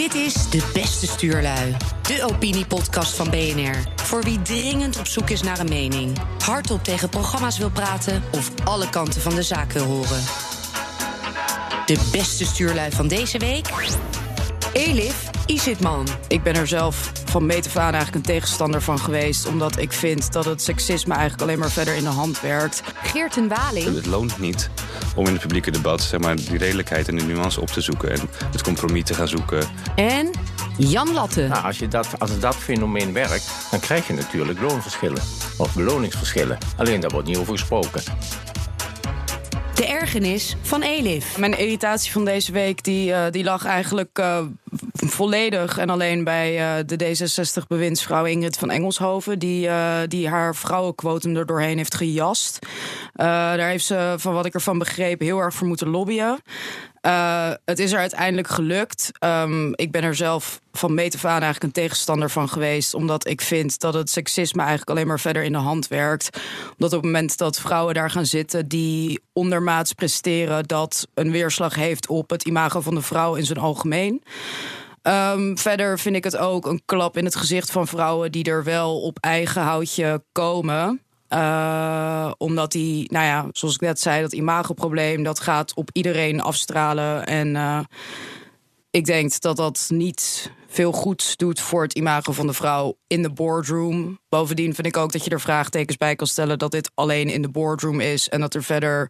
Dit is De Beste Stuurlui, de opiniepodcast van BNR. Voor wie dringend op zoek is naar een mening, hardop tegen programma's wil praten of alle kanten van de zaak wil horen. De beste stuurlui van deze week: Elif Isitman. Ik ben er zelf van meet af aan eigenlijk een tegenstander van geweest, omdat ik vind dat het seksisme eigenlijk alleen maar verder in de hand werkt. Geert ten Waling. Het loont niet om in het publieke debat zeg maar, die redelijkheid en de nuance op te zoeken en het compromis te gaan zoeken. En Jan Latte. Nou, als dat fenomeen werkt, dan krijg je natuurlijk loonverschillen of beloningsverschillen. Alleen daar wordt niet over gesproken. De ergernis van Elif. Mijn irritatie van deze week die lag eigenlijk volledig en alleen bij de D66-bewindsvrouw Ingrid van Engelshoven, die haar vrouwenquotum er doorheen heeft gejast. Daar heeft ze, van wat ik ervan begreep, heel erg voor moeten lobbyen. Het is er uiteindelijk gelukt. Ik ben er zelf van meet af aan eigenlijk een tegenstander van geweest, omdat ik vind dat het seksisme eigenlijk alleen maar verder in de hand werkt. Omdat op het moment dat vrouwen daar gaan zitten die ondermaats presteren, dat een weerslag heeft op het imago van de vrouw in zijn algemeen. Verder vind ik het ook een klap in het gezicht van vrouwen die er wel op eigen houtje komen. Omdat die, nou ja, zoals ik net zei, dat imagoprobleem, dat gaat op iedereen afstralen. En ik denk dat dat niet veel goeds doet voor het imago van de vrouw in de boardroom. Bovendien vind ik ook dat je er vraagtekens bij kan stellen dat dit alleen in de boardroom is en dat er verder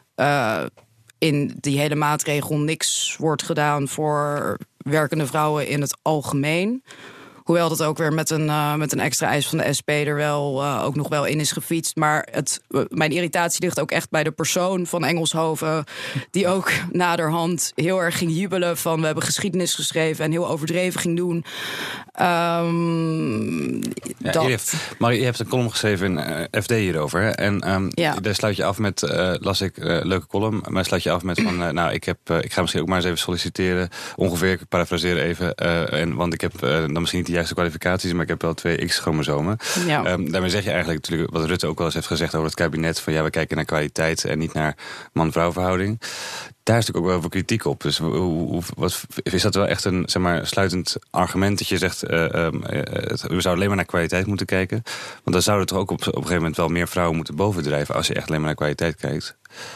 in die hele maatregel niks wordt gedaan voor werkende vrouwen in het algemeen. Hoewel dat ook weer met een extra eis van de SP er wel ook nog wel in is gefietst. Maar mijn irritatie ligt ook echt bij de persoon van Engelshoven, die ook naderhand heel erg ging jubelen van we hebben geschiedenis geschreven en heel overdreven ging doen. Maar je hebt een column geschreven in FD hierover. Hè? En daar sluit je af met, las ik, leuke column, maar sluit je af met van, ik ga misschien ook maar eens even solliciteren. Ongeveer, ik parafraseer even, want ik heb dan misschien niet de juiste kwalificaties, maar ik heb wel 2 X-chromosomen. Ja. Daarmee zeg je eigenlijk natuurlijk wat Rutte ook wel eens heeft gezegd over het kabinet, van we kijken naar kwaliteit en niet naar man-vrouw verhouding. Daar is natuurlijk ook wel veel kritiek op. Dus is dat wel echt een sluitend argument dat je zegt, we zouden alleen maar naar kwaliteit moeten kijken? Want dan zouden toch ook op een gegeven moment wel meer vrouwen moeten bovendrijven als je echt alleen maar naar kwaliteit kijkt.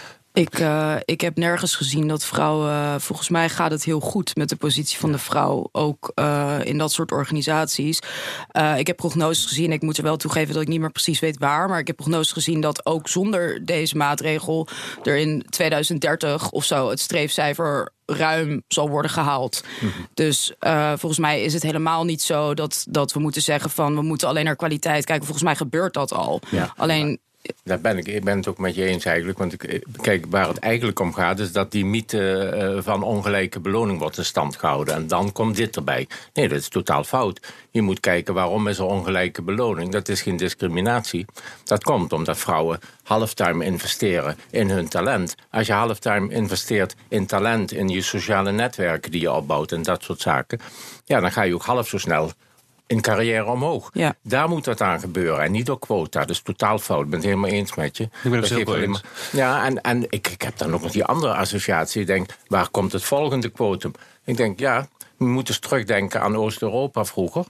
Ik heb nergens gezien dat vrouwen, volgens mij gaat het heel goed met de positie van de vrouw, ook in dat soort organisaties. Ik heb prognoses gezien, ik moet er wel toegeven dat ik niet meer precies weet waar, maar ik heb prognoses gezien dat ook zonder deze maatregel er in 2030 of zo het streefcijfer ruim zal worden gehaald. Mm-hmm. Dus volgens mij is het helemaal niet zo dat we moeten zeggen van we moeten alleen naar kwaliteit kijken. Volgens mij gebeurt dat al. Ja, alleen ik ben het ook met je eens eigenlijk. Want kijk, waar het eigenlijk om gaat is dat die mythe van ongelijke beloning wordt in stand gehouden. En dan komt dit erbij. Nee, dat is totaal fout. Je moet kijken waarom is er ongelijke beloning. Dat is geen discriminatie. Dat komt omdat vrouwen halftime investeren in hun talent. Als je halftime investeert in talent, in je sociale netwerken die je opbouwt en dat soort zaken, ja, dan ga je ook half zo snel in carrière omhoog. Ja. Daar moet dat aan gebeuren. En niet door quota. Dat is totaal fout. Ik ben het helemaal eens met je. Ik ben het heel eens. Ja, en ik heb dan ook nog die andere associatie. Ik denk, waar komt het volgende quotum? Ik denk, we moeten eens terugdenken aan Oost-Europa vroeger.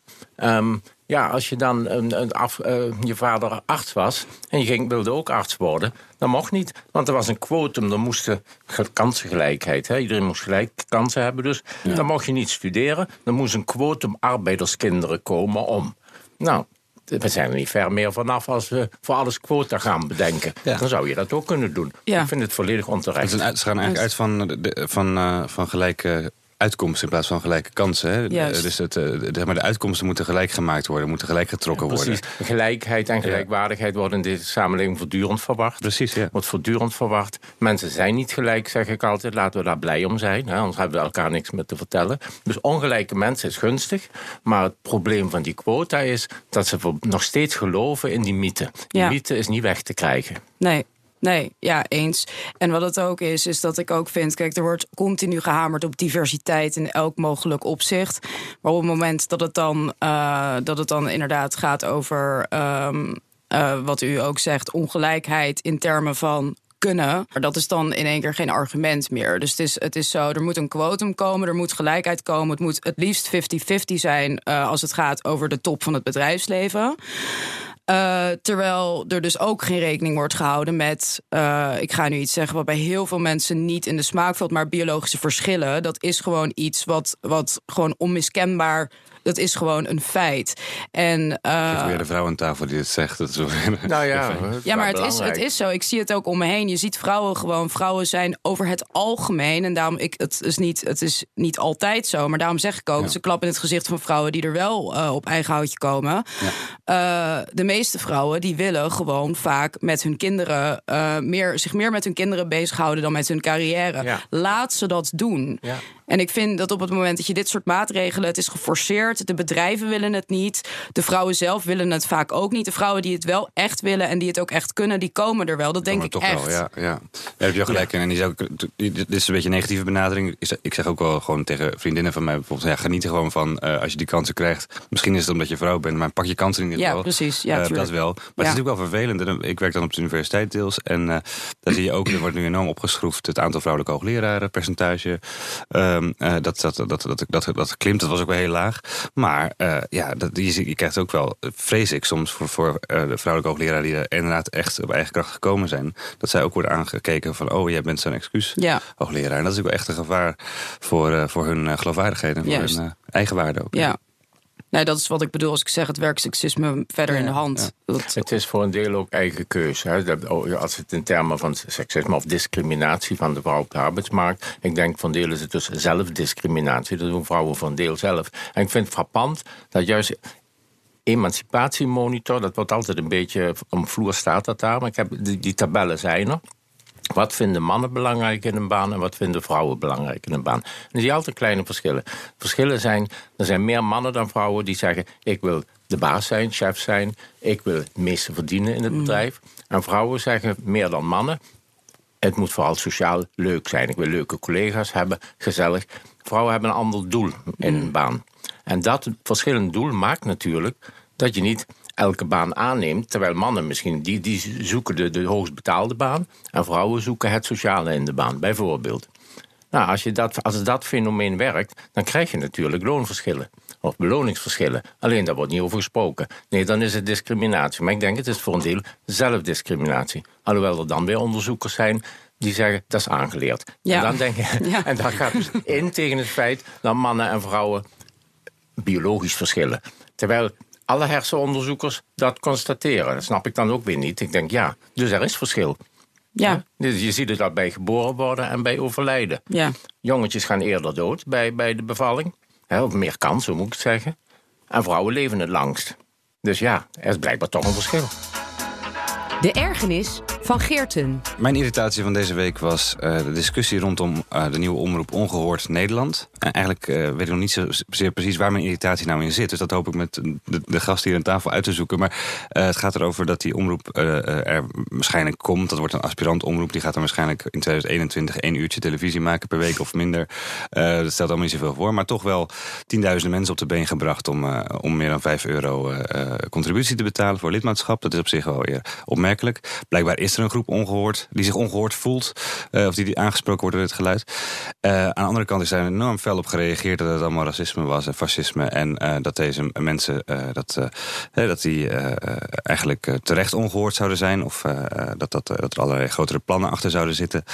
Als je dan je vader arts was en je wilde ook arts worden, dat mocht niet. Want er was een quotum, er moesten kansengelijkheid. Hè? Iedereen moest gelijk kansen hebben. Dus dan mocht je niet studeren. Er moest een quotum arbeiderskinderen komen om. Nou, we zijn er niet ver meer vanaf als we voor alles quota gaan bedenken. Ja. Dan zou je dat ook kunnen doen. Ja. Ik vind het volledig onterecht. Ze gaan eigenlijk uit van gelijke uitkomsten in plaats van gelijke kansen. Hè? Dus de uitkomsten moeten gelijk gemaakt worden, moeten gelijk getrokken worden. Gelijkheid en gelijkwaardigheid worden in deze samenleving voortdurend verwacht. Precies, ja. Wordt voortdurend verwacht. Mensen zijn niet gelijk, zeg ik altijd. Laten we daar blij om zijn. Hè? Anders hebben we elkaar niks meer te vertellen. Dus ongelijke mensen is gunstig. Maar het probleem van die quota is dat ze nog steeds geloven in die mythe. Die mythe is niet weg te krijgen. Nee, ja, eens. En wat het ook is dat ik ook vind, kijk, er wordt continu gehamerd op diversiteit in elk mogelijk opzicht. Maar op het moment dat het dan inderdaad gaat over wat u ook zegt, ongelijkheid in termen van kunnen. Maar dat is dan in één keer geen argument meer. Dus het is zo, er moet een quotum komen, er moet gelijkheid komen. Het moet het liefst 50-50 zijn als het gaat over de top van het bedrijfsleven. Terwijl er dus ook geen rekening wordt gehouden met... ik ga nu iets zeggen wat bij heel veel mensen niet in de smaak valt... maar biologische verschillen, dat is gewoon iets wat gewoon onmiskenbaar... Dat is gewoon een feit. En zit weer de vrouw aan tafel die het zegt. Dat is nou ja, maar het is zo. Ik zie het ook om me heen. Je ziet vrouwen gewoon. Vrouwen zijn over het algemeen. En daarom, het is niet altijd zo. Maar daarom zeg ik ook, ze klappen in het gezicht van vrouwen die er wel op eigen houtje komen. Ja. De meeste vrouwen die willen gewoon vaak met hun kinderen zich meer met hun kinderen bezighouden dan met hun carrière. Ja. Laat ze dat doen. Ja. En ik vind dat op het moment dat je dit soort maatregelen... het is geforceerd, de bedrijven willen het niet... de vrouwen zelf willen het vaak ook niet. De vrouwen die het wel echt willen en die het ook echt kunnen... die komen er wel, dat denk ik toch echt. Wel, ja. Daar heb je wel gelijk in. En dit is een beetje een negatieve benadering. Ik zeg ook wel gewoon tegen vriendinnen van mij... bijvoorbeeld, geniet er gewoon van als je die kansen krijgt. Misschien is het omdat je vrouw bent, maar pak je kansen in ieder geval. Ja, precies. Ja, dat wel. Maar het is natuurlijk wel vervelend. Ik werk dan op de universiteit deels. En daar zie je ook, er wordt nu enorm opgeschroefd... het aantal vrouwelijke hoogleraren, percentage... Dat klimt, dat was ook wel heel laag. Maar je krijgt ook wel, vrees ik soms... voor de vrouwelijke hoogleraar die er inderdaad echt op eigen kracht gekomen zijn... dat zij ook worden aangekeken van... jij bent zo'n excuus hoogleraar. En dat is ook wel echt een gevaar voor hun geloofwaardigheid... en voor hun eigenwaarde ook. Ja. Nee, dat is wat ik bedoel als ik zeg het werkseksisme verder in de hand. Ja. Het is voor een deel ook eigen keus. Hè. Als het in termen van seksisme of discriminatie van de vrouw op de arbeidsmarkt... ik denk van deel is het dus zelfdiscriminatie. Dat doen vrouwen van deel zelf. En ik vind het frappant dat juist... Emancipatiemonitor, dat wordt altijd een beetje... om vloer staat dat daar, maar ik heb die tabellen zijn er... Wat vinden mannen belangrijk in een baan en wat vinden vrouwen belangrijk in een baan? En er zijn altijd kleine verschillen. Verschillen zijn, er zijn meer mannen dan vrouwen die zeggen... ik wil de baas zijn, chef zijn, ik wil het meeste verdienen in het bedrijf. En vrouwen zeggen meer dan mannen... het moet vooral sociaal leuk zijn. Ik wil leuke collega's hebben, gezellig. Vrouwen hebben een ander doel in een baan. En dat verschillende doel maakt natuurlijk dat je niet... elke baan aanneemt, terwijl mannen misschien... die zoeken de hoogst betaalde baan... en vrouwen zoeken het sociale in de baan, bijvoorbeeld. Nou, als dat fenomeen werkt... dan krijg je natuurlijk loonverschillen of beloningsverschillen. Alleen daar wordt niet over gesproken. Nee, dan is het discriminatie. Maar ik denk, het is voor een deel zelfdiscriminatie. Alhoewel er dan weer onderzoekers zijn... die zeggen, dat is aangeleerd. Ja. En dan denk je, en dat gaat dus in tegen het feit... dat mannen en vrouwen biologisch verschillen. Terwijl... alle hersenonderzoekers dat constateren. Dat snap ik dan ook weer niet. Ik denk, dus er is verschil. Ja. Dus je ziet het dat bij geboren worden en bij overlijden. Ja. Jongetjes gaan eerder dood bij de bevalling. Of meer kans, zo moet ik het zeggen. En vrouwen leven het langst. Dus er is blijkbaar toch een verschil. De ergernis van Geerten. Mijn irritatie van deze week was de discussie rondom de nieuwe omroep Ongehoord Nederland. Eigenlijk weet ik nog niet zozeer precies waar mijn irritatie nou in zit. Dus dat hoop ik met de gast hier aan tafel uit te zoeken. Maar het gaat erover dat die omroep er waarschijnlijk komt. Dat wordt een aspirant omroep. Die gaat dan waarschijnlijk in 2021 1 uurtje televisie maken per week of minder. Dat stelt allemaal niet zoveel voor. Maar toch wel 10.000 mensen op de been gebracht om meer dan €5 contributie te betalen voor lidmaatschap. Dat is op zich wel weer opmerkelijk. Blijkbaar is er een groep ongehoord die zich ongehoord voelt. Of die aangesproken wordt door dit geluid. Aan de andere kant is er enorm fel op gereageerd dat het allemaal racisme was en fascisme. En dat deze mensen dat die eigenlijk terecht ongehoord zouden zijn. Of dat er allerlei grotere plannen achter zouden zitten.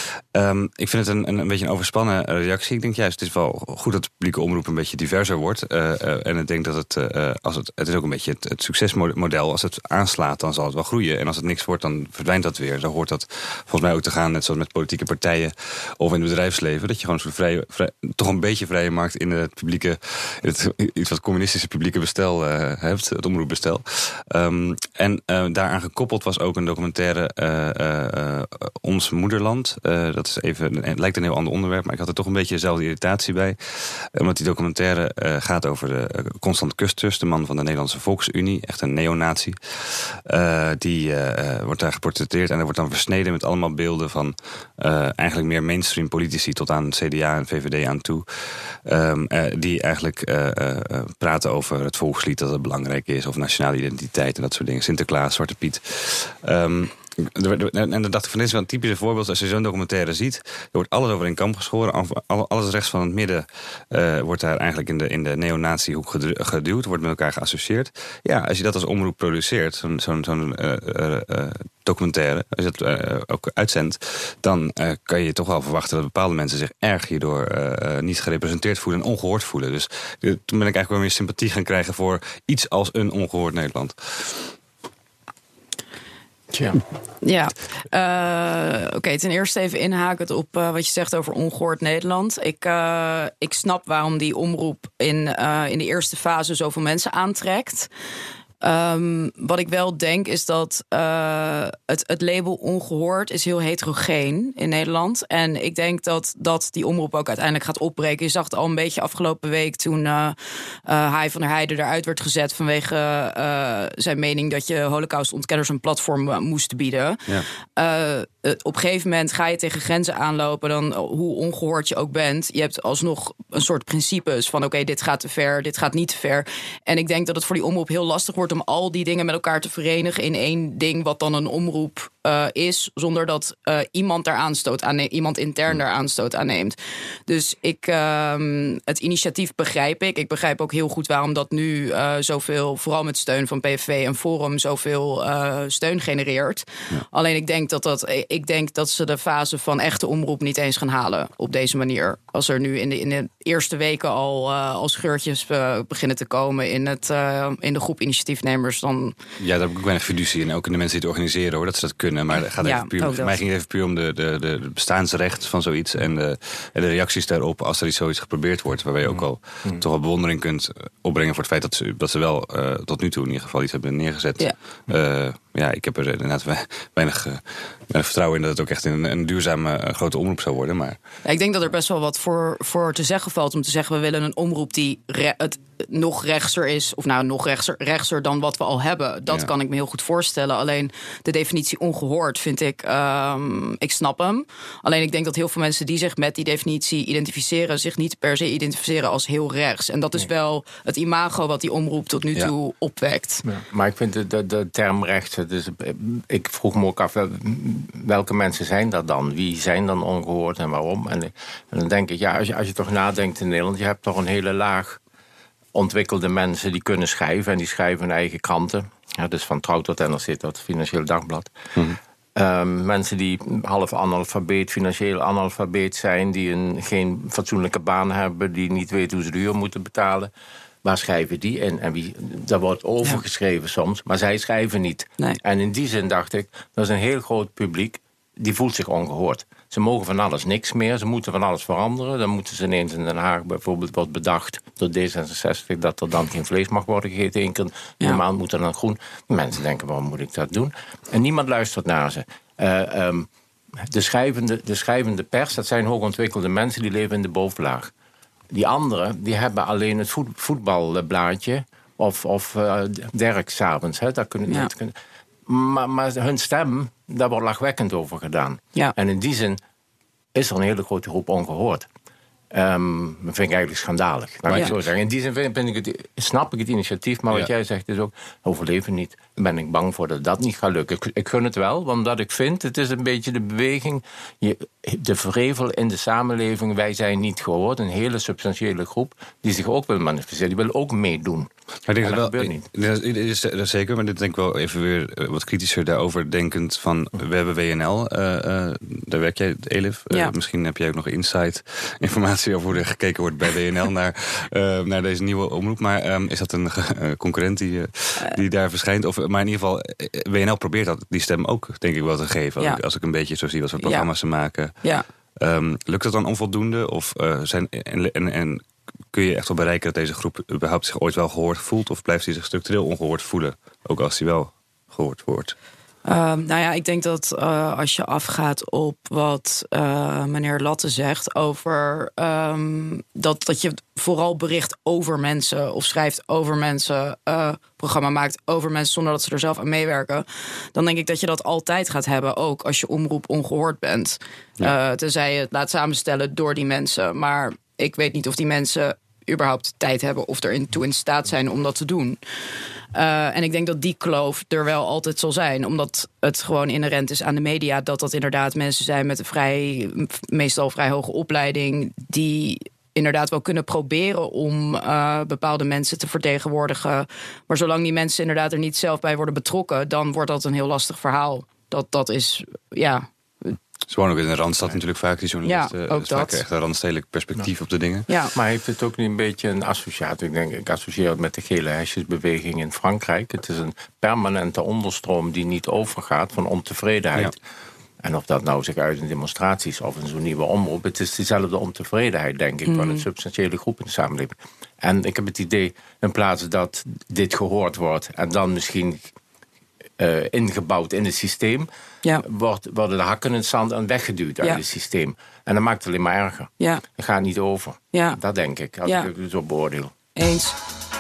Ik vind het een beetje een overspannen reactie. Ik denk juist, het is wel goed dat de publieke omroep een beetje diverser wordt. En ik denk dat het is ook een beetje het succesmodel. Als het aanslaat, dan zal het wel groeien. En als het niks wordt, dan verdwijnt dat weer. Zo hoort dat volgens mij ook te gaan, net zoals met politieke partijen of in het bedrijfsleven. Dat je gewoon zo'n toch een beetje vrije markt in het publieke, iets wat communistische publieke bestel hebt, het omroepbestel. En daaraan gekoppeld was ook een documentaire Ons Moederland. Dat is het lijkt een heel ander onderwerp, maar ik had er toch een beetje dezelfde irritatie bij. Omdat die documentaire gaat over de Constant Kusters, de man van de Nederlandse Volksunie, echt een neonazi. Die wordt daar geportretteerd en er wordt dan versneden met allemaal beelden van eigenlijk meer mainstream politici tot aan CDA en VVD aan toe. Die eigenlijk praten over het volkslied, dat het belangrijk is, of nationale identiteit en dat soort dingen. Sinterklaas, Zwarte Piet. En dan dacht ik van, dit is wel een typische voorbeeld. Als je zo'n documentaire ziet, er wordt alles over in kamp geschoren. Alles rechts van het midden wordt daar eigenlijk in de neonazi-hoek geduwd. Wordt met elkaar geassocieerd. Ja, als je dat als omroep produceert, zo'n documentaire, als je dat ook uitzendt, dan kan je toch wel verwachten dat bepaalde mensen zich erg hierdoor niet gerepresenteerd voelen en ongehoord voelen. Dus toen ben ik eigenlijk wel meer sympathie gaan krijgen voor iets als een ongehoord Nederland. Ja. Oké, ten eerste even inhakend op wat je zegt over ongehoord Nederland. Ik snap waarom die omroep in de eerste fase zoveel mensen aantrekt. Wat ik wel denk is dat het label ongehoord is heel heterogeen in Nederland. En ik denk dat die omroep ook uiteindelijk gaat opbreken. Je zag het al een beetje afgelopen week toen Hai van der Heijden eruit werd gezet vanwege zijn mening dat je Holocaustontkenners een platform moest bieden. Ja. Op een gegeven moment ga je tegen grenzen aanlopen, dan hoe ongehoord je ook bent. Je hebt alsnog een soort principes van oké, dit gaat te ver, dit gaat niet te ver. En ik denk dat het voor die omroep heel lastig wordt om al die dingen met elkaar te verenigen in één ding wat dan een omroep is, zonder dat iemand daar aanstoot aan neemt, iemand intern daar aanstoot aan neemt. Dus het initiatief begrijp ik. Ik begrijp ook heel goed waarom dat nu zoveel, vooral met steun van PVV en Forum, zoveel steun genereert. Ja. Alleen ik denk dat ze de fase van echte omroep niet eens gaan halen op deze manier. Als er nu in de eerste weken al scheurtjes beginnen te komen in de groep initiatiefnemers, dan... Ja, daar heb ik ook weinig fiducie in. Ook in de mensen die het organiseren, hoor, dat ze dat kunnen. Maar het gaat even puur, voor mij ging het even puur om de bestaansrecht van zoiets en de reacties daarop als er zoiets geprobeerd wordt. Waarbij je ook al toch wel bewondering kunt opbrengen voor het feit dat ze wel tot nu toe in ieder geval iets hebben neergezet. Ja. Ik heb er inderdaad weinig vertrouwen in dat het ook echt een duurzame grote omroep zou worden. Maar... Ja, ik denk dat er best wel wat voor te zeggen valt om te zeggen, we willen een omroep die het nog rechtser is, of nou nog rechtser dan wat we al hebben. Dat kan ik me heel goed voorstellen. Alleen de definitie ongehoord vind ik snap hem. Alleen ik denk dat heel veel mensen die zich met die definitie identificeren, zich niet per se identificeren als heel rechts. En dat is wel het imago wat die omroep tot nu toe opwekt. Ja. Maar ik vind de term rechts, dus ik vroeg me ook af, welke mensen zijn dat dan? Wie zijn dan ongehoord en waarom? En dan denk ik, ja, als je toch nadenkt in Nederland, je hebt toch een hele laag ontwikkelde mensen die kunnen schrijven en die schrijven hun eigen kranten. Ja, dus van Trouw tot NRC tot Financieel Dagblad. Mensen die half analfabeet, financieel analfabeet zijn, die geen fatsoenlijke baan hebben, die niet weten hoe ze de huur moeten betalen. Waar schrijven die in? En daar wordt overgeschreven soms, maar zij schrijven niet. Nee. En in die zin dacht ik, dat is een heel groot publiek, die voelt zich ongehoord. Ze mogen van alles niks meer, ze moeten van alles veranderen. Dan moeten ze ineens in Den Haag bijvoorbeeld wordt bedacht door D66 dat er dan geen vlees mag worden gegeten. Eén keer in de maand moet er dan groen. Mensen denken, waarom moet ik dat doen? En niemand luistert naar ze. De schrijvende pers, dat zijn hoogontwikkelde mensen die leven in de bovenlaag. Die anderen, die hebben alleen het voetbalblaadje of Derk 's avonds. Maar hun stem, daar wordt lachwekkend over gedaan. Ja. En in die zin is er een hele grote groep ongehoord. Dat vind ik eigenlijk schandalig. Laat ik zo zeggen. In die zin snap ik het initiatief, maar wat jij zegt is ook, overleven niet. Daar ben ik bang voor dat niet gaat lukken. Ik gun het wel, omdat ik vind, het is een beetje de beweging, de vrevel in de samenleving, wij zijn niet gehoord. Een hele substantiële groep die zich ook wil manifesteren, die wil ook meedoen. Maar ik denk dat gebeurt niet. Dat is zeker, maar dit denk ik wel even weer wat kritischer daarover denkend van, we hebben WNL, daar werk jij, Elif. Misschien heb jij ook nog insight informatie over hoe er gekeken wordt bij WNL naar deze nieuwe omroep. Maar is dat een concurrent die daar verschijnt? Maar in ieder geval, WNL probeert die stem ook, denk ik wel, te geven. Als ik een beetje zo zie wat voor programma's ze maken. Ja. Lukt dat dan onvoldoende? Of kun je echt wel bereiken dat deze groep überhaupt zich ooit wel gehoord voelt? Of blijft hij zich structureel ongehoord voelen? Ook als hij wel gehoord wordt. Ik denk dat als je afgaat op wat meneer Latte zegt over dat je vooral bericht over mensen of schrijft over mensen, programma maakt over mensen zonder dat ze er zelf aan meewerken, dan denk ik dat je dat altijd gaat hebben, ook als je omroep ongehoord bent. Tenzij je het laat samenstellen door die mensen. Maar ik weet niet of die mensen überhaupt tijd hebben of er toe in staat zijn om dat te doen. En ik denk dat die kloof er wel altijd zal zijn. Omdat het gewoon inherent is aan de media dat inderdaad mensen zijn met een meestal vrij hoge opleiding, die inderdaad wel kunnen proberen om bepaalde mensen te vertegenwoordigen. Maar zolang die mensen inderdaad er niet zelf bij worden betrokken, dan wordt dat een heel lastig verhaal. Dat is, ja. Ze wonen ook in de Randstad natuurlijk vaak. Die journalisten ook vaak echt een randstedelijk perspectief op de dingen. Ja. Maar heeft het ook niet een beetje een associatie? Ik associeer het met de gele hesjesbeweging in Frankrijk. Het is een permanente onderstroom die niet overgaat van ontevredenheid. Ja. En of dat nou zich uit in demonstraties of in zo'n nieuwe omroep, het is dezelfde ontevredenheid, denk ik, van een substantiële groep in de samenleving. En ik heb het idee, in plaats dat dit gehoord wordt en dan misschien ingebouwd in het systeem, worden de hakken in het zand en weggeduwd uit het systeem. En dat maakt het alleen maar erger. Ja. Dat gaat niet over. Ja. Dat denk ik, als ik het zo beoordeel. Eens.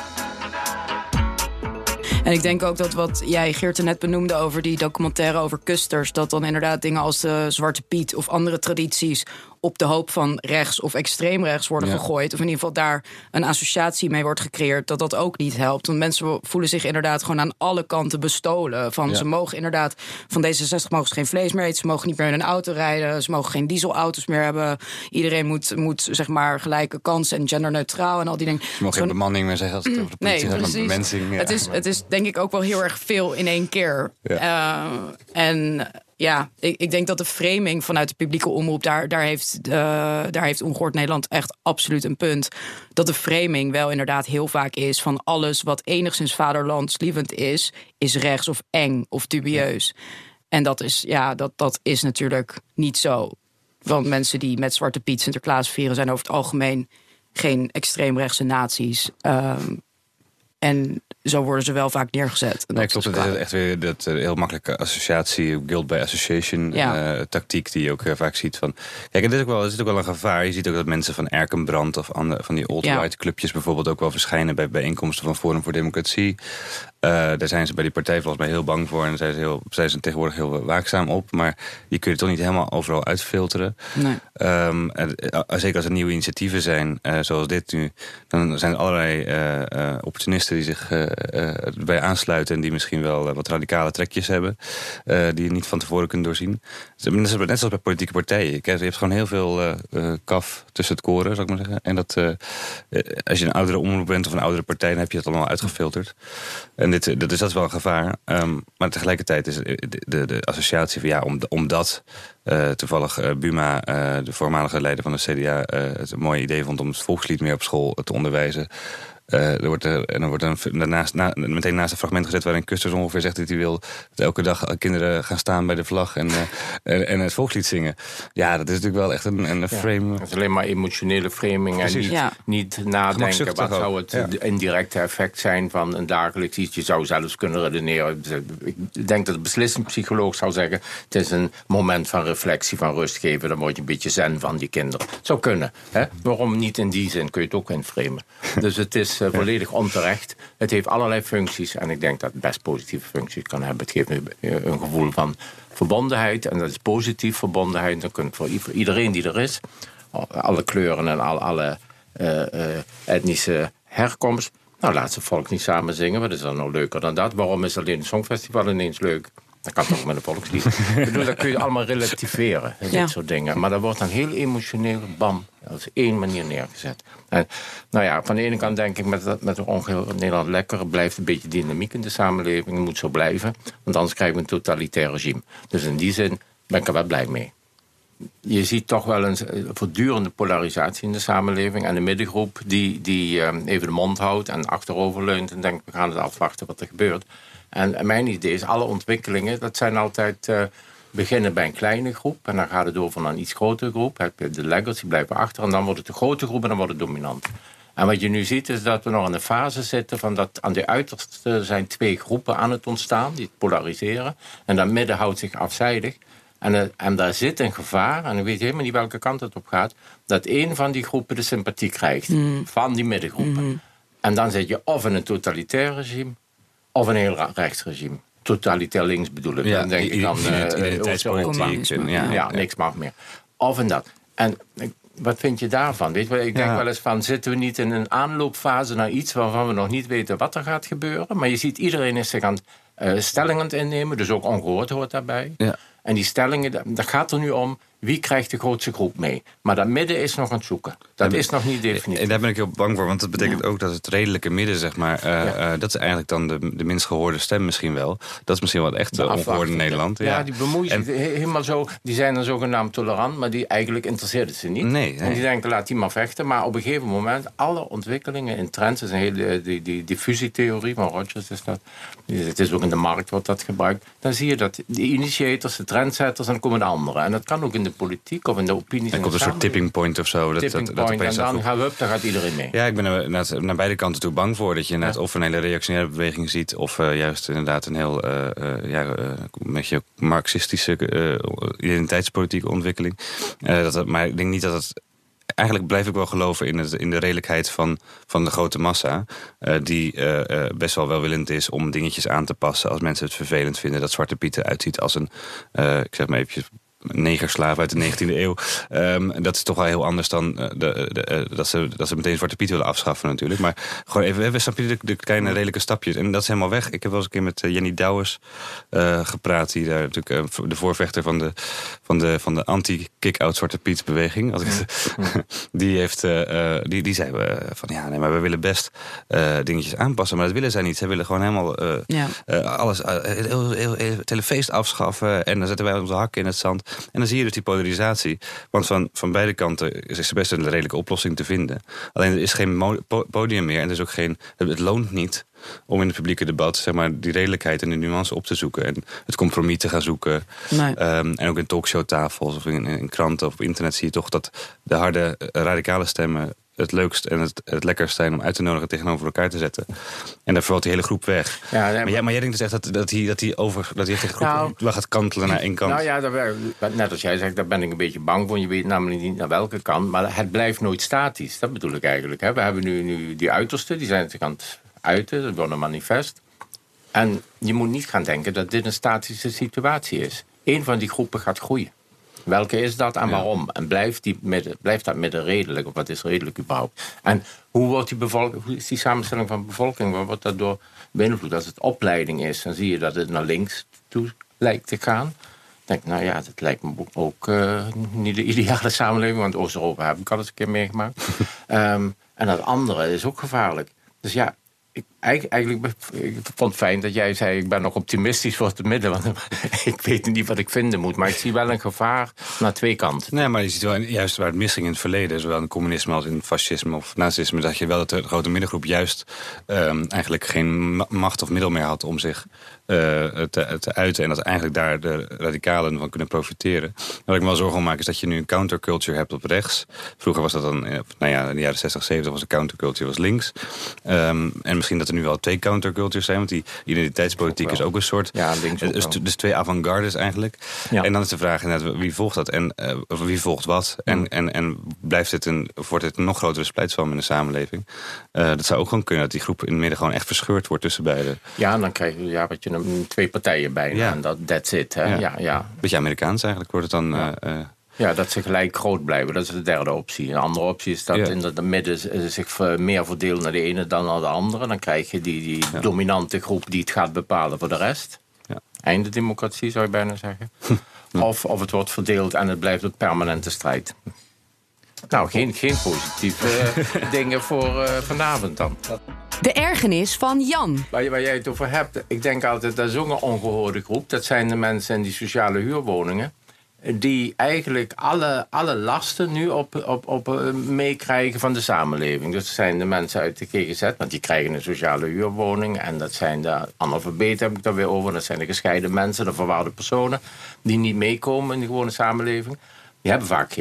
En ik denk ook dat wat jij, Geert, net benoemde over die documentaire over kusters, dat dan inderdaad dingen als de Zwarte Piet of andere tradities op de hoop van rechts of extreem rechts worden gegooid. Of in ieder geval daar een associatie mee wordt gecreëerd, dat ook niet helpt. Want mensen voelen zich inderdaad gewoon aan alle kanten bestolen. Ze mogen inderdaad, van D66 mogen ze geen vlees meer eten, ze mogen niet meer in een auto rijden, ze mogen geen dieselauto's meer hebben. Iedereen moet zeg maar gelijke kansen en genderneutraal en al die dingen. Ze mogen geen bemanning meer zeggen als het over de politie gaat, maar bemensing. Ja. Het is denk ik ook wel heel erg veel in één keer. Ja. Ja, ik denk dat de framing vanuit de publieke omroep, daar heeft Ongehoord Nederland echt absoluut een punt. Dat de framing wel inderdaad heel vaak is van alles wat enigszins vaderlandslievend is rechts of eng of dubieus. Ja. En dat is natuurlijk niet zo. Want mensen die met Zwarte Piet Sinterklaas vieren zijn over het algemeen geen extreemrechtse nazi's. En zo worden ze wel vaak neergezet. Nee, klopt. Het is echt weer dat heel makkelijke associatie, guilt by association tactiek die je ook vaak ziet. Kijk, en dit is ook wel een gevaar. Je ziet ook dat mensen van Erkenbrand of van die alt-right clubjes bijvoorbeeld ook wel verschijnen bij bijeenkomsten van Forum voor Democratie. Daar zijn ze bij die partij volgens mij heel bang voor en zijn ze tegenwoordig heel waakzaam op. Maar die kun je toch niet helemaal overal uitfilteren. Nee. Zeker als er nieuwe initiatieven zijn, zoals dit nu, dan zijn er allerlei opportunisten die zich bij aansluiten en die misschien wel wat radicale trekjes hebben, die je niet van tevoren kunt doorzien. Net zoals bij politieke partijen. Je hebt gewoon heel veel kaf tussen het koren, zou ik maar zeggen. En dat als je een oudere omroep bent of een oudere partij, dan heb je dat allemaal uitgefilterd. En dat is wel een gevaar. Maar tegelijkertijd is de associatie van omdat toevallig Buma, de voormalige leider van de CDA, het een mooi idee vond om het volkslied meer op school te onderwijzen. Er wordt meteen naast een fragment gezet waarin Kusters ongeveer zegt dat hij wil dat elke dag kinderen gaan staan bij de vlag en het volkslied zingen. Ja, dat is natuurlijk wel echt een frame. Het is alleen maar emotionele framing. Precies. En niet nadenken wat zou het indirecte effect zijn van een dagelijks iets. Je zou zelfs kunnen redeneren. Ik denk dat de beslissingspsycholoog zou zeggen, het is een moment van reflectie, van rust geven. Dan word je een beetje zen van die kinderen. Het zou kunnen. Hè? Waarom niet in die zin? Kun je het ook inframen. Dus het is volledig onterecht. Het heeft allerlei functies en ik denk dat het best positieve functies kan hebben. Het geeft een gevoel van verbondenheid en dat is positief verbondenheid. Dan kun je voor iedereen die er is, alle kleuren en alle etnische herkomst, nou laat ze volk niet samen zingen. Wat is dan nou leuker dan dat? Waarom is alleen het Songfestival ineens leuk? Dat kan toch met een volkslied. Ik bedoel, dat kun je allemaal relativeren. Dit soort dingen. Maar dat wordt dan heel emotioneel, bam, op één manier neergezet. En, nou ja, van de ene kant denk ik met Ongehoord Nederland lekker. Blijft een beetje dynamiek in de samenleving. Het moet zo blijven. Want anders krijgen we een totalitair regime. Dus in die zin ben ik er wel blij mee. Je ziet toch wel een voortdurende polarisatie in de samenleving. En de middengroep die even de mond houdt en achteroverleunt en denkt, we gaan het afwachten wat er gebeurt. En mijn idee is, alle ontwikkelingen, dat zijn altijd beginnen bij een kleine groep. En dan gaat het over naar een iets grotere groep. De leggers, die blijven achter. En dan wordt het de grote groep en dan wordt het dominant. En wat je nu ziet is dat we nog in de fase zitten van dat aan de uiterste zijn twee groepen aan het ontstaan. Die polariseren. En dat midden houdt zich afzijdig. En daar zit een gevaar, en ik weet helemaal niet welke kant het op gaat, dat één van die groepen de sympathie krijgt van die middengroepen. Mm-hmm. En dan zit je of in een totalitair regime, of een heel rechtsregime. Totalitair links bedoel ik. Dan denk ik aan identiteitspolitiek. niks mag meer. Of in dat. En wat vind je daarvan? Weet je, ik denk wel eens van, zitten we niet in een aanloopfase naar iets waarvan we nog niet weten wat er gaat gebeuren? Maar je ziet, iedereen is zich aan stellingen aan het innemen, dus ook ongehoord hoort daarbij. Ja. En die stellingen, dat gaat er nu om, wie krijgt de grootste groep mee? Maar dat midden is nog aan het zoeken. Dat is nog niet definitief. En daar ben ik heel bang voor, want dat betekent ook dat het redelijke midden, zeg maar, dat is eigenlijk dan de minst gehoorde stem misschien wel. Dat is misschien wel echt ongehoord in Nederland. Ja, die bemoeien zich helemaal zo, die zijn dan zogenaamd tolerant, maar die eigenlijk interesseert het ze niet. Nee. En die denken, laat die maar vechten. Maar op een gegeven moment, alle ontwikkelingen in trends, dat is een hele die diffusietheorie van Rogers is dat. Het is ook in de markt wordt dat gebruikt. Dan zie je dat de initiators, de trendsetters, en dan komen de anderen. En dat kan ook in de politiek of in de opinie. Er komt een soort tipping point of zo. En dan gaan we dan gaat iedereen mee. Ja, ik ben er naar beide kanten toe bang voor. Dat je inderdaad of een hele reactionaire beweging ziet, of juist inderdaad een heel een beetje marxistische identiteitspolitieke ontwikkeling. Maar ik denk niet dat het. Eigenlijk blijf ik wel geloven in de redelijkheid van de grote massa. Die best wel welwillend is om dingetjes aan te passen als mensen het vervelend vinden dat Zwarte Piet eruit ziet als een, ik zeg maar eventjes, negerslaaf uit de 19e eeuw. Dat is toch wel heel anders dan dat ze meteen Zwarte Piet willen afschaffen natuurlijk. Maar gewoon even, we snappen de kleine redelijke stapjes. En dat is helemaal weg. Ik heb wel eens een keer met Jenny Douwes gepraat, die daar natuurlijk de voorvechter van de anti-kick-out Zwarte Piet beweging. Die zei van maar we willen best dingetjes aanpassen. Maar dat willen zij niet. Zij willen gewoon helemaal alles, het hele feest afschaffen. En dan zetten wij onze hakken in het zand. En dan zie je dus die polarisatie. Want van beide kanten is er best een redelijke oplossing te vinden. Alleen er is geen podium meer. En er is ook het loont niet om in het publieke debat, zeg maar, die redelijkheid en de nuance op te zoeken. En het compromis te gaan zoeken. Nee. En ook in talkshowtafels of in kranten of op internet zie je toch dat de harde, radicale stemmen het leukst en het lekkerst zijn om uit te nodigen tegenover elkaar te zetten. En daar valt die hele groep weg. Ja, nee, maar jij denkt dus echt dat hij tegen groep wel gaat kantelen naar één kant. Nou ja, net als jij zegt, daar ben ik een beetje bang voor. Je weet namelijk niet naar welke kant. Maar het blijft nooit statisch. Dat bedoel ik eigenlijk. Hè. We hebben nu die uitersten, die zijn zich aan het uiten. Dat wordt een manifest. En je moet niet gaan denken dat dit een statische situatie is. Eén van die groepen gaat groeien. Welke is dat en waarom? En blijft dat midden redelijk? Of wat is redelijk überhaupt? En hoe is die samenstelling van de bevolking? Waar wordt dat door beïnvloed? Als het opleiding is, dan zie je dat het naar links toe lijkt te gaan. Dan denk ik, dat lijkt me ook niet de ideale samenleving. Want Oost-Europa heb ik al eens een keer meegemaakt. En dat andere is ook gevaarlijk. Dus ja, ik vond het fijn dat jij zei, ik ben nog optimistisch voor het midden. Want ik weet niet wat ik vinden moet. Maar ik zie wel een gevaar naar twee kanten. Nee, maar je ziet wel, juist waar het misging in het verleden, zowel in communisme als in fascisme of nazisme, dat je wel dat de grote middengroep juist eigenlijk geen macht of middel meer had om zich te uiten. En dat eigenlijk daar de radicalen van kunnen profiteren. Wat ik me wel zorgen om maak is dat je nu een counterculture hebt op rechts. Vroeger was dat dan, in de jaren 60, 70 was de counterculture was links. En misschien dat er nu wel twee countercultures zijn, want die identiteitspolitiek is ook een soort. Ja, dus twee avant-gardes eigenlijk. Ja. En dan is de vraag inderdaad, wie volgt dat en wie volgt wat? En wordt dit een nog grotere splijtswam in de samenleving? Dat zou ook gewoon kunnen dat die groep in het midden gewoon echt verscheurd wordt tussen beiden. Ja, en dan krijg je wat je twee partijen bijna. En that's it. Hè? Ja. Beetje Amerikaans eigenlijk wordt het dan. Ja, dat ze gelijk groot blijven. Dat is de derde optie. Een andere optie is dat in het midden zich meer verdelen naar de ene dan naar de andere. Dan krijg je die dominante groep die het gaat bepalen voor de rest. Ja. Einde democratie zou je bijna zeggen. Of het wordt verdeeld en het blijft een permanente strijd. Nou, geen positieve dingen voor vanavond dan. De ergernis van Jan. Waar jij het over hebt, ik denk altijd, dat is ook een ongehoorde groep. Dat zijn de mensen in die sociale huurwoningen. Die eigenlijk alle lasten nu op meekrijgen van de samenleving. Dus dat zijn de mensen uit de GGZ, want die krijgen een sociale huurwoning. En dat zijn de analfabeten, heb ik daar weer over. Dat zijn de gescheiden mensen, de verwaarde personen, die niet meekomen in de gewone samenleving. Die hebben vaak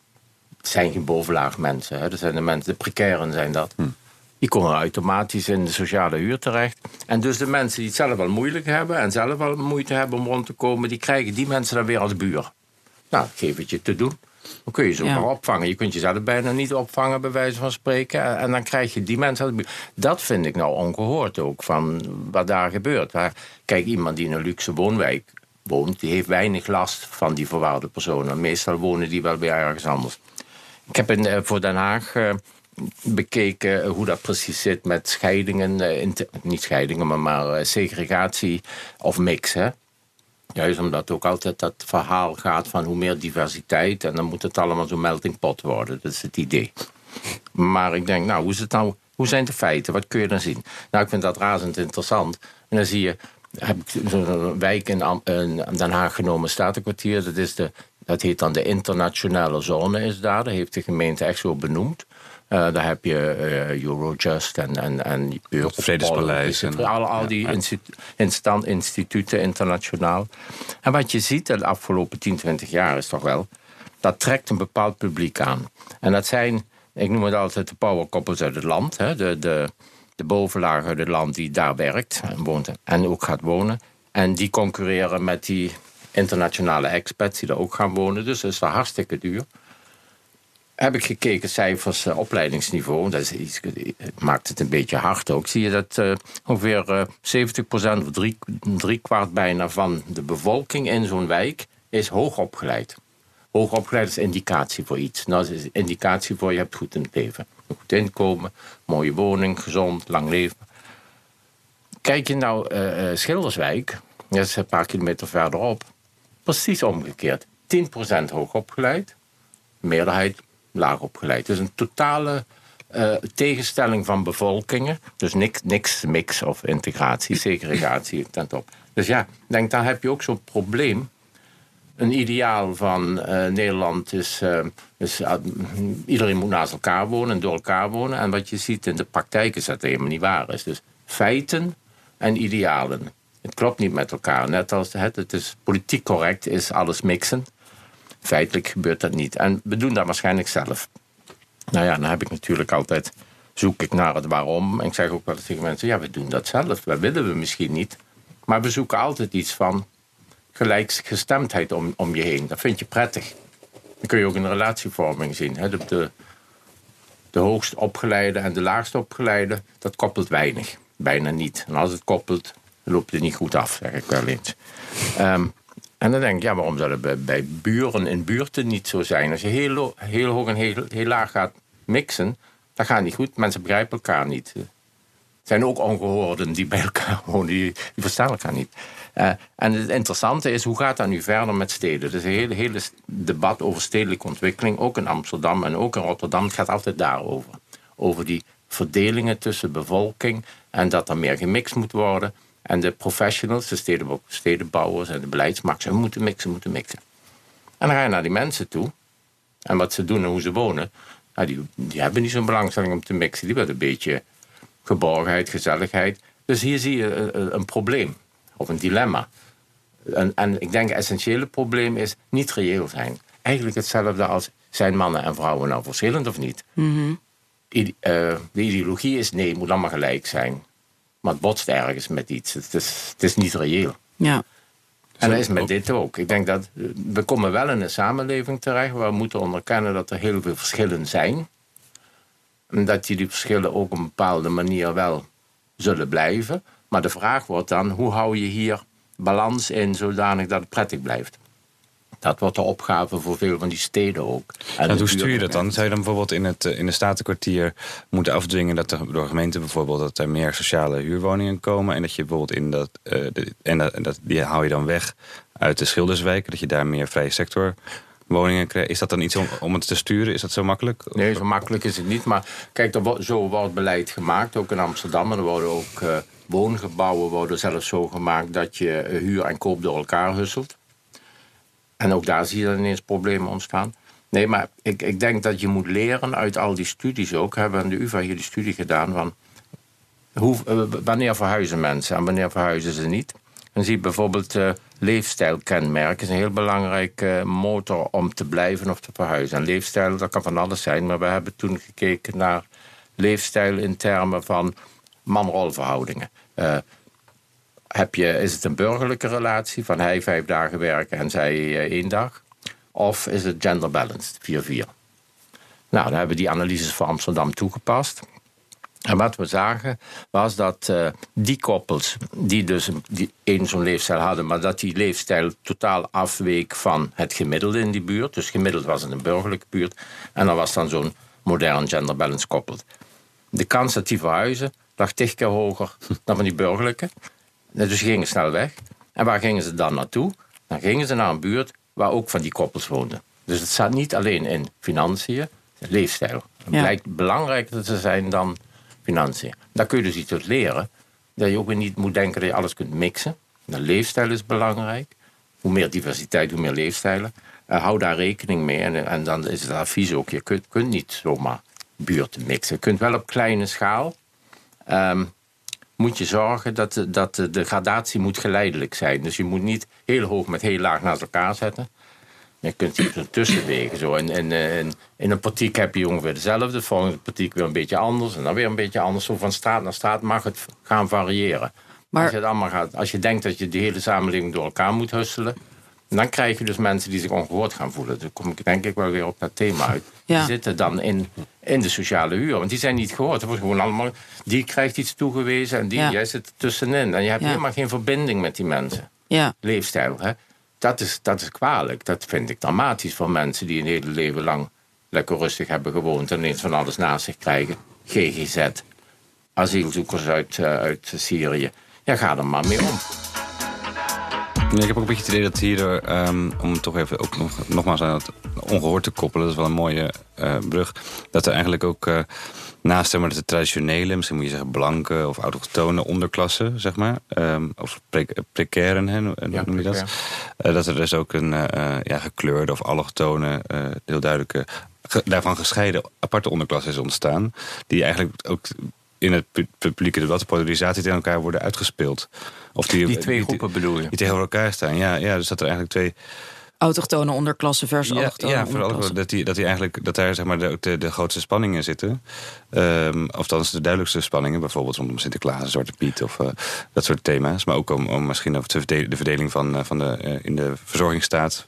zijn geen bovenlaag mensen. Hè. Dat zijn de mensen, de precairen zijn dat. Die komen automatisch in de sociale huur terecht. En dus de mensen die het zelf wel moeilijk hebben en zelf wel moeite hebben om rond te komen, die krijgen die mensen dan weer als buur. Nou, geef het je te doen. Dan kun je ze ook maar opvangen. Je kunt jezelf bijna niet opvangen, bij wijze van spreken. En dan krijg je die mensen aan de buurt. Dat vind ik nou ongehoord ook, van wat daar gebeurt. Kijk, iemand die in een luxe woonwijk woont, die heeft weinig last van die verwaarde personen. Meestal wonen die wel bij ergens anders. Ik heb voor Den Haag bekeken hoe dat precies zit met scheidingen. Niet scheidingen, maar segregatie of mix. Hè? Juist omdat ook altijd dat verhaal gaat van hoe meer diversiteit. En dan moet het allemaal zo'n melting pot worden. Dat is het idee. Maar ik denk, nou, hoe is het nou? Hoe zijn de feiten? Wat kun je dan zien? Nou, ik vind dat razend interessant. En dan zie je, heb ik zo'n wijk in Den Haag genomen, Statenkwartier. Dat heet dan de internationale zone is daar. Dat heeft de gemeente echt zo benoemd. Daar heb je Eurojust en het Vredespaleis. Al die instituten internationaal. En wat je ziet de afgelopen 10, 20 jaar is toch wel, dat trekt een bepaald publiek aan. En dat zijn, ik noem het altijd de powerkoppels uit het land. Hè, de bovenlaag uit het land die daar werkt en woont en ook gaat wonen. En die concurreren met die internationale expats die daar ook gaan wonen. Dus dat is wel hartstikke duur. Heb ik gekeken, cijfers, opleidingsniveau. Dat maakt het een beetje hard ook. Zie je dat ongeveer 70% of drie kwart bijna van de bevolking in zo'n wijk is hoogopgeleid. Hoogopgeleid is indicatie voor iets. Nou, dat is indicatie voor je hebt goed in het leven. Een goed inkomen, mooie woning, gezond, lang leven. Kijk je nou Schilderswijk, dat is een paar kilometer verderop. Precies omgekeerd. 10% hoogopgeleid, meerderheid laag opgeleid. Dus een totale tegenstelling van bevolkingen. Dus niks mix of integratie, segregatie ten top. Dus ja, denk, dan heb je ook zo'n probleem. Een ideaal van Nederland is iedereen moet naast elkaar wonen en door elkaar wonen. En wat je ziet in de praktijk is dat helemaal niet waar is. Dus feiten en idealen. Het klopt niet met elkaar. Net als het is politiek correct, is alles mixen. Feitelijk gebeurt dat niet. En we doen dat waarschijnlijk zelf. Nou ja, dan heb ik natuurlijk altijd, zoek ik naar het waarom. En ik zeg ook wel tegen mensen, ja, we doen dat zelf. Dat willen we misschien niet. Maar we zoeken altijd iets van gelijkgestemdheid om je heen. Dat vind je prettig. Dan kun je ook in de relatievorming zien. Hè. De hoogst opgeleide en de laagst opgeleide, dat koppelt weinig. Bijna niet. En als het koppelt, loopt het niet goed af, zeg ik wel eens. En dan denk ik, ja, waarom zou dat bij buren in buurten niet zo zijn? Als je heel hoog en heel laag gaat mixen, dat gaat niet goed. Mensen begrijpen elkaar niet. Er zijn ook ongehoorden die bij elkaar wonen, die verstaan elkaar niet. En het interessante is, hoe gaat dat nu verder met steden? Dus een hele debat over stedelijke ontwikkeling, ook in Amsterdam en ook in Rotterdam, het gaat altijd daarover. Over die verdelingen tussen bevolking en dat er meer gemixt moet worden. En de professionals, de stedenbouwers en de beleidsmakers, moeten mixen. En dan ga je naar die mensen toe. En wat ze doen en hoe ze wonen, nou, die hebben niet zo'n belangstelling om te mixen. Die willen een beetje geborgenheid, gezelligheid. Dus hier zie je een probleem. Of een dilemma. En ik denk het essentiële probleem is niet reëel zijn. Eigenlijk hetzelfde als, zijn mannen en vrouwen nou verschillend of niet? Mm-hmm. De ideologie is, nee, het moet allemaal gelijk zijn. Maar het botst ergens met iets. Het is niet reëel. Ja. En dat is met dit ook. Ik denk dat we komen wel in een samenleving terecht waar we moeten onderkennen dat er heel veel verschillen zijn. En dat die verschillen ook op een bepaalde manier wel zullen blijven. Maar de vraag wordt dan, hoe hou je hier balans in zodanig dat het prettig blijft? Dat wordt de opgave voor veel van die steden ook. En hoe stuur je dat dan? Zou je dan bijvoorbeeld in de Statenkwartier moeten afdwingen dat er door gemeenten bijvoorbeeld dat er meer sociale huurwoningen komen en dat je bijvoorbeeld die hou je dan weg uit de Schilderswijken, dat je daar meer vrije sector woningen krijgt. Is dat dan iets om het te sturen? Is dat zo makkelijk? Nee, zo makkelijk is het niet. Maar kijk, zo wordt beleid gemaakt, ook in Amsterdam. En er worden ook woongebouwen worden zelfs zo gemaakt dat je huur en koop door elkaar husselt. En ook daar zie je dan ineens problemen ontstaan. Nee, maar ik denk dat je moet leren uit al die studies ook. We hebben aan de UvA hier die studie gedaan van wanneer verhuizen mensen en wanneer verhuizen ze niet. Dan zie je bijvoorbeeld leefstijlkenmerken. is een heel belangrijke motor om te blijven of te verhuizen. En leefstijl, dat kan van alles zijn. Maar we hebben toen gekeken naar leefstijl in termen van man-rolverhoudingen. Is het een burgerlijke relatie van hij 5 dagen werken en zij 1 dag? Of is het gender balanced, 4-4? Nou, dan hebben we die analyses voor Amsterdam toegepast. En wat we zagen was dat die koppels die dus zo'n leefstijl hadden, maar dat die leefstijl totaal afweek van het gemiddelde in die buurt. Dus gemiddeld was het een burgerlijke buurt. En dan was dan zo'n modern genderbalance koppel. De kans dat die verhuizen lag 10 keer hoger dan van die burgerlijke. Dus die gingen snel weg. En waar gingen ze dan naartoe? Dan gingen ze naar een buurt waar ook van die koppels woonden. Dus het staat niet alleen in financiën, het leefstijl. Het blijkt belangrijker te zijn dan financiën. Daar kun je dus iets uit leren. Dat je ook weer niet moet denken dat je alles kunt mixen. De leefstijl is belangrijk. Hoe meer diversiteit, hoe meer leefstijlen. Hou daar rekening mee. En dan is het advies ook, je kunt niet zomaar buurten mixen. Je kunt wel op kleine schaal. Moet je zorgen dat de gradatie moet geleidelijk zijn. Dus je moet niet heel hoog met heel laag naast elkaar zetten. Je kunt hier zo'n tussenwegen. Zo. In een portiek heb je ongeveer dezelfde. De volgende portiek weer een beetje anders. En dan weer een beetje anders. Zo van straat naar straat mag het gaan variëren. Maar als je denkt dat je de hele samenleving door elkaar moet husselen, dan krijg je dus mensen die zich ongehoord gaan voelen. Dan kom ik denk ik wel weer op dat thema uit. Ja. Die zitten dan in de sociale huur. Want die zijn niet gehoord. Het wordt gewoon allemaal, die krijgt iets toegewezen en jij zit er tussenin. En je hebt helemaal geen verbinding met die mensen. Ja. Leefstijl, hè. Dat is kwalijk. Dat vind ik dramatisch voor mensen die een hele leven lang lekker rustig hebben gewoond en ineens van alles naast zich krijgen. GGZ, asielzoekers uit Syrië. Ja, ga er maar mee om. Ja, ik heb ook een beetje het idee dat hier, om toch even ook nogmaals aan het ongehoord te koppelen, dat is wel een mooie brug, dat er eigenlijk ook naast de traditionele, misschien moet je zeggen blanke of autochtone onderklasse, zeg maar, of precairen, noem je dat? Dat er dus ook een gekleurde of allochtone, heel duidelijke, daarvan gescheiden aparte onderklasse is ontstaan, die eigenlijk ook in het publieke debat, de polarisatie tegen elkaar worden uitgespeeld. Of die twee groepen bedoel je? Die tegenover elkaar staan, ja. Dus dat er eigenlijk twee autochtone onderklasse versus allochtone onderklasse. Dat daar zeg maar de grootste spanningen zitten. Althans de duidelijkste spanningen. Bijvoorbeeld rondom Sinterklaas, Zwarte Piet of dat soort thema's. Maar ook om misschien over de verdeling in de verzorgingsstaat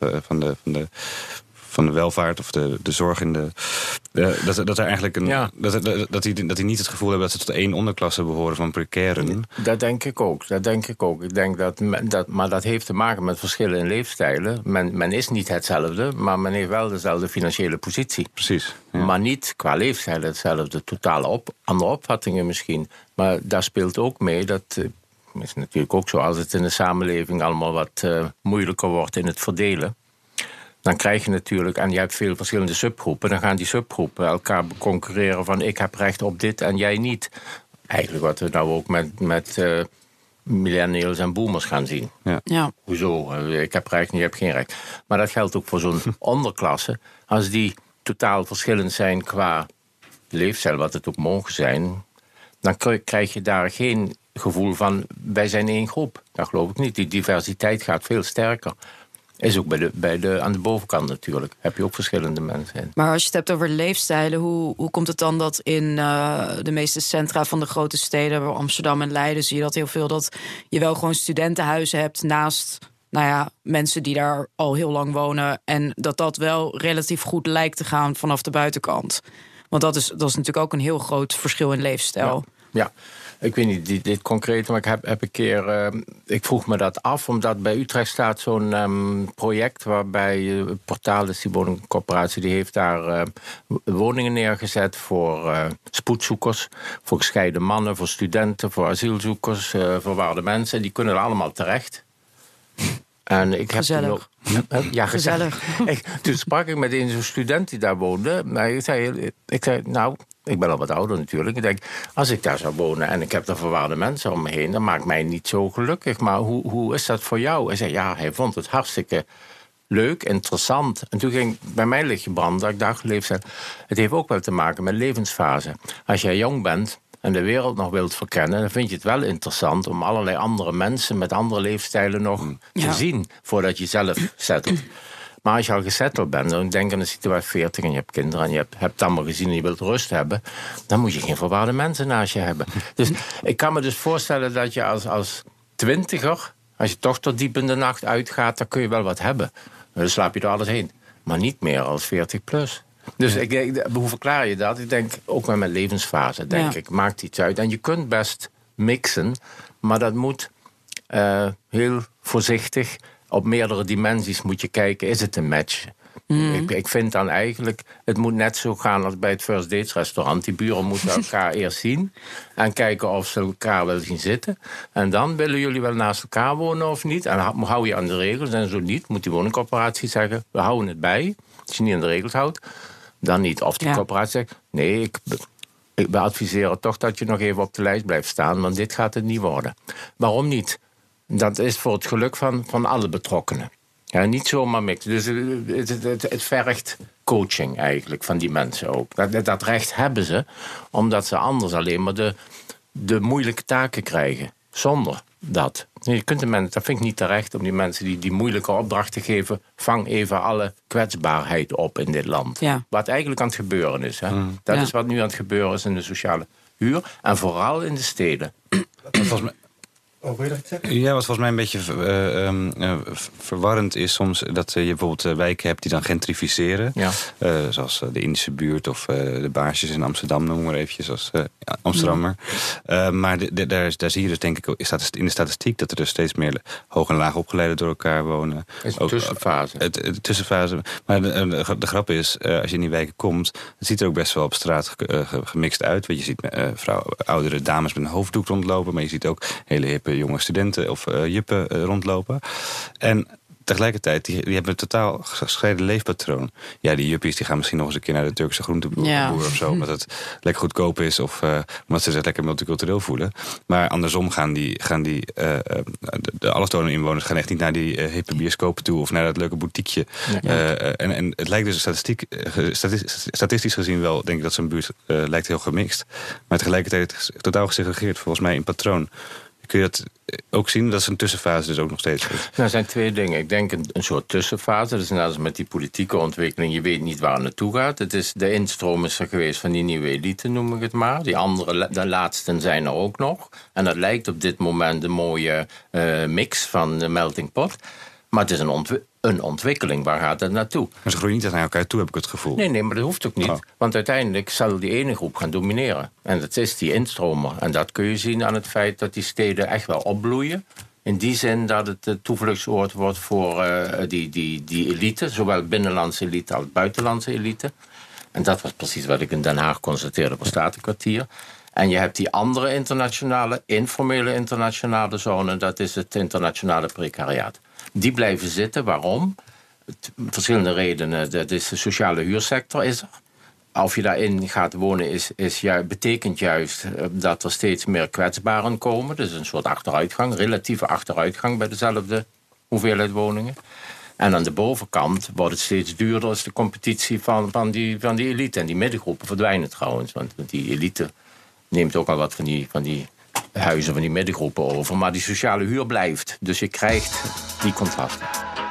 van de welvaart of de zorg in dat er eigenlijk dat die niet het gevoel hebben dat ze tot één onderklasse behoren van precairen. Dat denk ik ook. Ik denk maar dat heeft te maken met verschillen in leefstijlen. Men is niet hetzelfde, maar men heeft wel dezelfde financiële positie. Precies. Ja. Maar niet qua leefstijlen hetzelfde. Totaal andere opvattingen misschien. Maar daar speelt ook mee dat is natuurlijk ook zo als het in de samenleving allemaal wat moeilijker wordt in het verdelen. Dan krijg je natuurlijk, en je hebt veel verschillende subgroepen, dan gaan die subgroepen elkaar concurreren van ik heb recht op dit en jij niet. Eigenlijk wat we nou ook met millennials en boomers gaan zien. Ja. Hoezo? Ik heb recht en je hebt geen recht. Maar dat geldt ook voor zo'n onderklasse. Als die totaal verschillend zijn qua leefstijl, wat het ook mogen zijn, dan krijg je daar geen gevoel van wij zijn één groep. Dat geloof ik niet. Die diversiteit gaat veel sterker. Is ook aan de bovenkant natuurlijk. Heb je ook verschillende mensen in. Maar als je het hebt over leefstijlen, hoe komt het dan dat in de meeste centra van de grote steden, Amsterdam en Leiden, zie je dat heel veel, dat je wel gewoon studentenhuizen hebt naast mensen die daar al heel lang wonen. En dat wel relatief goed lijkt te gaan vanaf de buitenkant. Want dat is natuurlijk ook een heel groot verschil in leefstijl. Ja. Ik weet niet dit concreet, maar ik heb een keer ik vroeg me dat af, omdat bij Utrecht staat zo'n project waarbij Portalis, die woningcorporatie, die heeft daar woningen neergezet voor spoedzoekers, voor gescheiden mannen, voor studenten, voor asielzoekers, verwaarde mensen. En die kunnen er allemaal terecht. En ik heb gezellig. Gezellig. Toen sprak ik met een student die daar woonde. Maar ik zei, ik ben al wat ouder natuurlijk. Ik denk, als ik daar zou wonen en ik heb er verwaarde mensen om me heen, dat maakt mij niet zo gelukkig. Maar hoe is dat voor jou? Hij zei, hij vond het hartstikke leuk, interessant. En toen ging bij mij lichtje branden, dat ik dacht, leeftijd, het heeft ook wel te maken met levensfase. Als jij jong bent en de wereld nog wilt verkennen, dan vind je het wel interessant om allerlei andere mensen met andere leefstijlen nog te zien, voordat je zelf settelt. Maar als je al gesetteld bent, dan denk aan de situatie 40 en je hebt kinderen en je hebt het allemaal gezien en je wilt rust hebben, dan moet je geen verwaarde mensen naast je hebben. Dus ik kan me dus voorstellen dat je als 20er, als je toch tot diep in de nacht uitgaat, dan kun je wel wat hebben. Dan slaap je door alles heen. Maar niet meer als 40 plus. Dus hoe verklaar je dat? Ik denk, ook met mijn levensfase, denk ik, maakt iets uit. En je kunt best mixen, maar dat moet heel voorzichtig. Op meerdere dimensies moet je kijken, is het een match? Ik vind dan eigenlijk, het moet net zo gaan als bij het First Dates restaurant. Die buren moeten elkaar eerst zien en kijken of ze elkaar willen zien zitten. En dan willen jullie wel naast elkaar wonen of niet. En hou je aan de regels en zo niet, moet die woningcorporatie zeggen, we houden het bij. Als je niet aan de regels houdt, dan niet. Of die corporatie zegt, nee, we adviseren toch dat je nog even op de lijst blijft staan, want dit gaat het niet worden. Waarom niet? Dat is voor het geluk van alle betrokkenen. Ja, niet zomaar mixen. Dus het vergt coaching eigenlijk van die mensen ook. Dat recht hebben ze, omdat ze anders alleen maar de moeilijke taken krijgen. Zonder dat. Je kunt de mensen, dat vind ik niet terecht om die mensen die moeilijke opdrachten geven. Vang even alle kwetsbaarheid op in dit land. Ja. Wat eigenlijk aan het gebeuren is. Hè? Dat is wat nu aan het gebeuren is in de sociale huur. En vooral in de steden. Wat volgens mij een beetje verwarrend is soms, dat je bijvoorbeeld wijken hebt die dan gentrificeren. Ja. Zoals de Indische buurt of de Baarsjes in Amsterdam, noem maar eventjes, als Amsterdammer. Maar daar zie je dus denk ik in de statistiek dat er dus steeds meer hoog en laag opgeleiden door elkaar wonen. Het is een tussenfase. De tussenfase. Maar de grap is, als je in die wijken komt, het ziet er ook best wel op straat gemixt uit. Want je ziet oudere dames met een hoofddoek rondlopen, maar je ziet ook hele hippe jonge studenten of juppen rondlopen. En tegelijkertijd, die hebben een totaal gescheiden leefpatroon. Ja, die juppies die gaan misschien nog eens een keer naar de Turkse groenteboer of zo, omdat het lekker goedkoop is of omdat ze zich lekker multicultureel voelen. Maar andersom gaan de allochtone inwoners gaan echt niet naar die hippe bioscopen toe of naar dat leuke boutiqueje. En het lijkt dus statistisch gezien wel, denk ik dat zo'n buurt lijkt heel gemixt. Maar tegelijkertijd totaal gesegregeerd, volgens mij in patroon. Kun je dat ook zien? Dat is een tussenfase dus ook nog steeds. Nou, er zijn twee dingen. Ik denk een soort tussenfase. Dat is net als met die politieke ontwikkeling. Je weet niet waar het naartoe gaat. Het is de instroom is er geweest van die nieuwe elite, noem ik het maar. Die andere, de laatsten zijn er ook nog. En dat lijkt op dit moment een mooie mix van de melting pot. Maar het is een ontwikkeling. Waar gaat het naartoe? Maar ze groeien niet naar elkaar toe, heb ik het gevoel. Nee, maar dat hoeft ook niet. Oh. Want uiteindelijk zal die ene groep gaan domineren. En dat is die instromer. En dat kun je zien aan het feit dat die steden echt wel opbloeien. In die zin dat het toevluchtsoord wordt voor die elite. Zowel binnenlandse elite als buitenlandse elite. En dat was precies wat ik in Den Haag constateerde op het Statenkwartier. En je hebt die andere informele internationale zone. Dat is het internationale precariaat. Die blijven zitten. Waarom? Verschillende redenen. Dat is de sociale huursector is er. Of je daarin gaat wonen betekent juist dat er steeds meer kwetsbaren komen. Dus een soort achteruitgang, relatieve achteruitgang bij dezelfde hoeveelheid woningen. En aan de bovenkant wordt het steeds duurder als de competitie van die elite. En die middengroepen verdwijnen trouwens. Want die elite neemt ook al wat van die huizen van die middengroepen over. Maar die sociale huur blijft. Dus je krijgt die contrasten.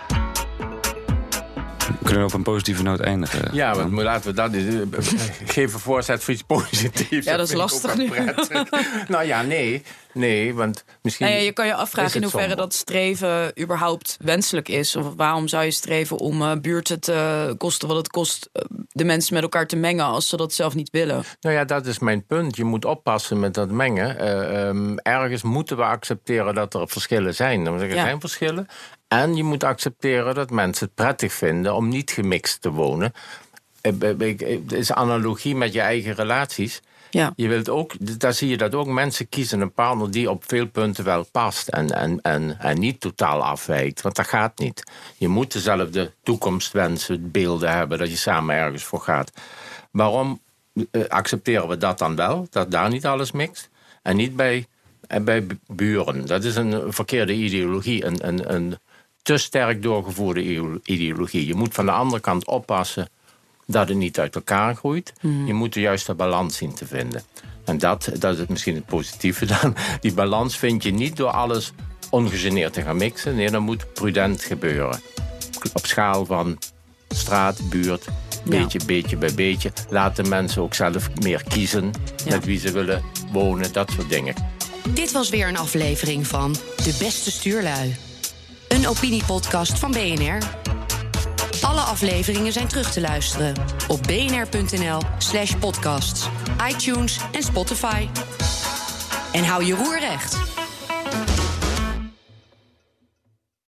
We kunnen op een positieve noot eindigen. Ja, want laten we dat geven voorzet voor iets positiefs. Ja, dat is lastig nu. Nou ja, nee, want misschien... Nou ja, je kan je afvragen in hoeverre dat streven überhaupt wenselijk is. Of waarom zou je streven om buurten te kosten wat het kost de mensen met elkaar te mengen als ze dat zelf niet willen? Nou ja, dat is mijn punt. Je moet oppassen met dat mengen. Ergens moeten we accepteren dat er verschillen zijn. Er zijn verschillen. En je moet accepteren dat mensen het prettig vinden om niet gemixt te wonen. Het is een analogie met je eigen relaties. Ja. Je wilt ook, daar zie je dat ook mensen kiezen een partner die op veel punten wel past en niet totaal afwijkt. Want dat gaat niet. Je moet dezelfde toekomstwensen, beelden hebben dat je samen ergens voor gaat. Waarom accepteren we dat dan wel? Dat daar niet alles mixt? En niet bij buren. Dat is een verkeerde ideologie. Een te sterk doorgevoerde ideologie. Je moet van de andere kant oppassen dat het niet uit elkaar groeit. Je moet de juiste balans zien te vinden. En dat is misschien het positieve dan. Die balans vind je niet door alles ongegeneerd te gaan mixen. Nee, dat moet prudent gebeuren. Op schaal van straat, buurt, beetje bij beetje. Laat de mensen ook zelf meer kiezen met wie ze willen wonen, dat soort dingen. Dit was weer een aflevering van De Beste Stuurlui. Een opiniepodcast van BNR. Alle afleveringen zijn terug te luisteren op bnr.nl/podcasts, iTunes en Spotify. En hou je roer recht.